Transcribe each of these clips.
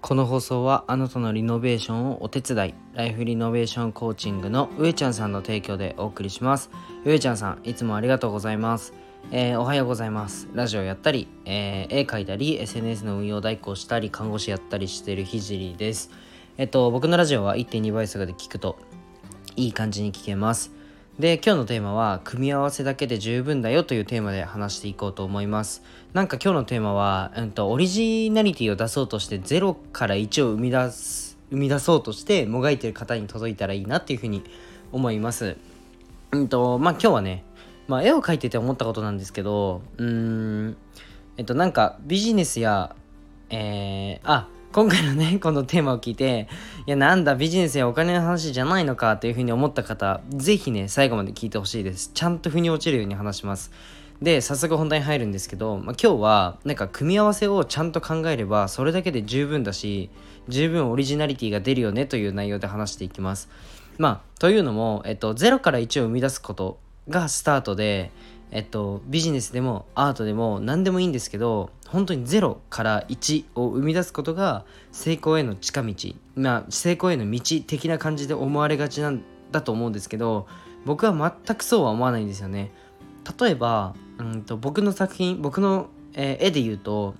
この放送はあなたのリノベーションをお手伝い、ライフリノベーションコーチングの上ちゃんさんの提供でお送りします。上ちゃんさん、いつもありがとうございます。おはようございます。ラジオやったり、絵描いたり SNS の運用代行したり看護師やったりしているひじりです。僕のラジオは 1.2 倍速で聞くといい感じに聞けます。で、今日のテーマは組み合わせだけで十分だよというテーマで話していこうと思います。なんか今日のテーマは、オリジナリティを出そうとして0から1を生み出そうとしてもがいている方に届いたらいいなっていうふうに思います。今日はね、絵を描いてて思ったことなんですけど、なんかビジネスや、今回のねこのテーマを聞いて、いやなんだビジネスやお金の話じゃないのかというふうに思った方、ぜひね最後まで聞いてほしいです。ちゃんと腑に落ちるように話します。で、早速本題に入るんですけど、今日はなんか組み合わせをちゃんと考えればそれだけで十分だし、十分オリジナリティが出るよねという内容で話していきます。というのも、0から1を生み出すことがスタートで、ビジネスでもアートでも何でもいいんですけど、本当に0から1を生み出すことが成功への近道、成功への道的な感じで思われがちなんだと思うんですけど、僕は全くそうは思わないんですよね。例えば僕の作品、僕の、絵で言うと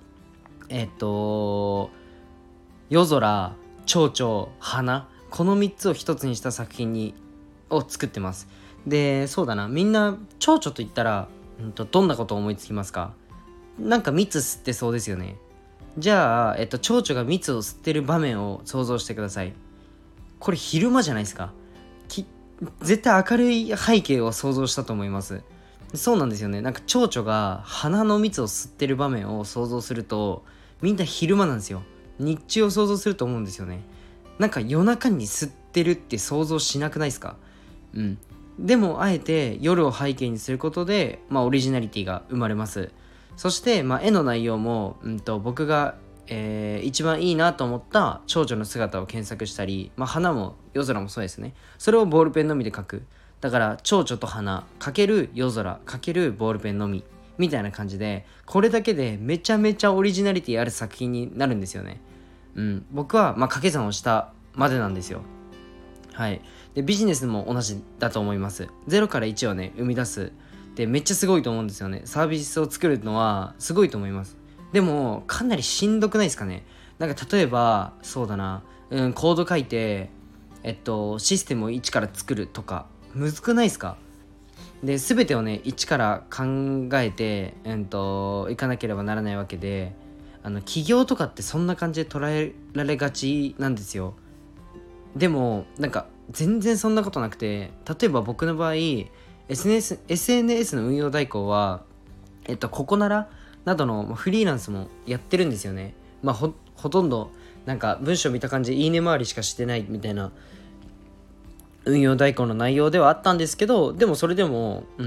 夜空、蝶々、花、この3つを一つにした作品を作ってます。で、そうだな、みんな蝶々と言ったら、どんなことを思いつきますか？なんか蜜吸ってそうですよね。じゃあ、蝶々が蜜を吸ってる場面を想像してください。これ昼間じゃないですか。絶対明るい背景を想像したと思います。そうなんですよね。なんか蝶々が花の蜜を吸ってる場面を想像すると、みんな昼間なんですよ。日中を想像すると思うんですよね。なんか夜中に吸ってるって想像しなくないですか？でもあえて夜を背景にすることで、オリジナリティが生まれます。そして、絵の内容も、僕が、一番いいなと思った蝶々の姿を検索したり、花も夜空もそうですね。それをボールペンのみで描く。だから蝶々と花×夜空×ボールペンのみみたいな感じで、これだけでめちゃめちゃオリジナリティある作品になるんですよね。僕は掛け算をしたまでなんですよ。はい。で、ビジネスも同じだと思います。0から1をね生み出すでめっちゃすごいと思うんですよね。サービスを作るのはすごいと思います。でもかなりしんどくないですかね。なんか例えばそうだな、コード書いてシステムを1から作るとかむずくないですか？で、全てをね1から考えていかなければならないわけで、起業とかってそんな感じで捉えられがちなんですよ。でもなんか全然そんなことなくて、例えば僕の場合 SNS の運用代行はココナラなどのフリーランスもやってるんですよね。ほとんどなんか文章見た感じいいね回りしかしてないみたいな運用代行の内容ではあったんですけど、でもそれでもフ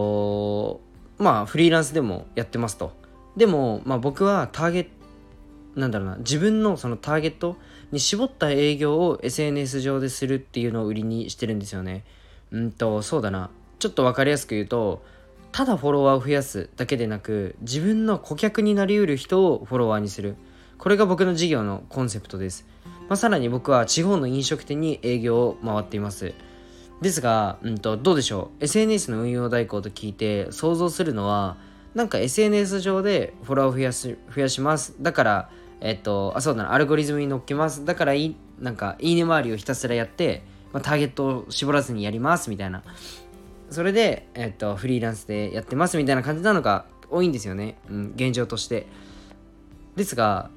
リーランスでもやってますと。でも僕は自分のそのターゲットに絞った営業を SNS 上でするっていうのを売りにしてるんですよね。そうだな、ちょっと分かりやすく言うと、ただフォロワーを増やすだけでなく、自分の顧客になりうる人をフォロワーにする。これが僕の事業のコンセプトです。さらに僕は地方の飲食店に営業を回っています。ですが、どうでしょう。 SNS の運用代行と聞いて想像するのは、なんか SNS 上でフォロワーを増やします。だからそうだな、アルゴリズムに乗っけます。だからなんかいいね回りをひたすらやって、ターゲットを絞らずにやりますみたいな。それでフリーランスでやってますみたいな感じなのが多いんですよね。現状として。ですが、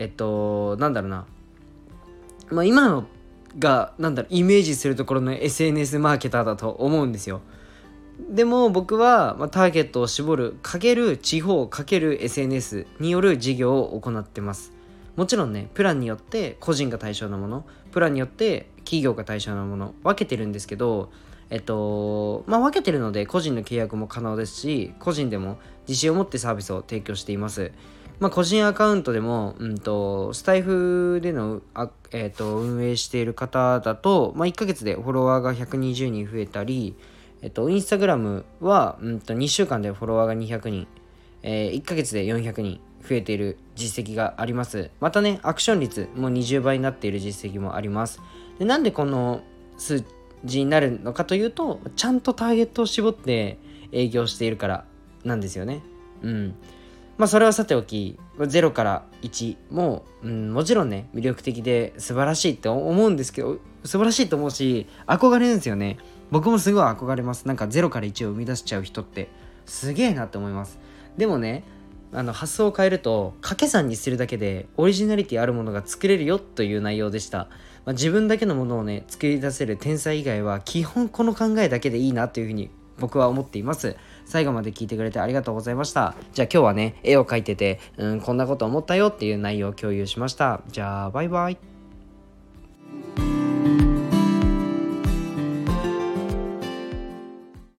今のがイメージするところの SNS マーケターだと思うんですよ。でも僕は、ターゲットを絞る×地方× SNS による事業を行ってます。もちろんね、プランによって個人が対象のもの、プランによって企業が対象のもの分けてるんですけど、分けてるので個人の契約も可能ですし、個人でも自信を持ってサービスを提供しています。個人アカウントでも、スタイフでの運営している方だと、1ヶ月でフォロワーが120人増えたり、インスタグラムは、2週間でフォロワーが200人、1ヶ月で400人増えている実績があります。またね、アクション率も20倍になっている実績もあります。で、なんでこの数字になるのかというと、ちゃんとターゲットを絞って営業しているからなんですよね。それはさておき、0から1も、もちろんね、魅力的で素晴らしいって思うんですけど、素晴らしいと思うし、憧れるんですよね。僕もすごい憧れます。なんか0から1を生み出しちゃう人ってすげえなって思います。でもね、発想を変えると掛け算にするだけでオリジナリティあるものが作れるよという内容でした。自分だけのものをね作り出せる天才以外は基本この考えだけでいいなというふうに僕は思っています。最後まで聞いてくれてありがとうございました。じゃあ今日はね絵を描いててこんなこと思ったよっていう内容を共有しました。じゃあバイバイ。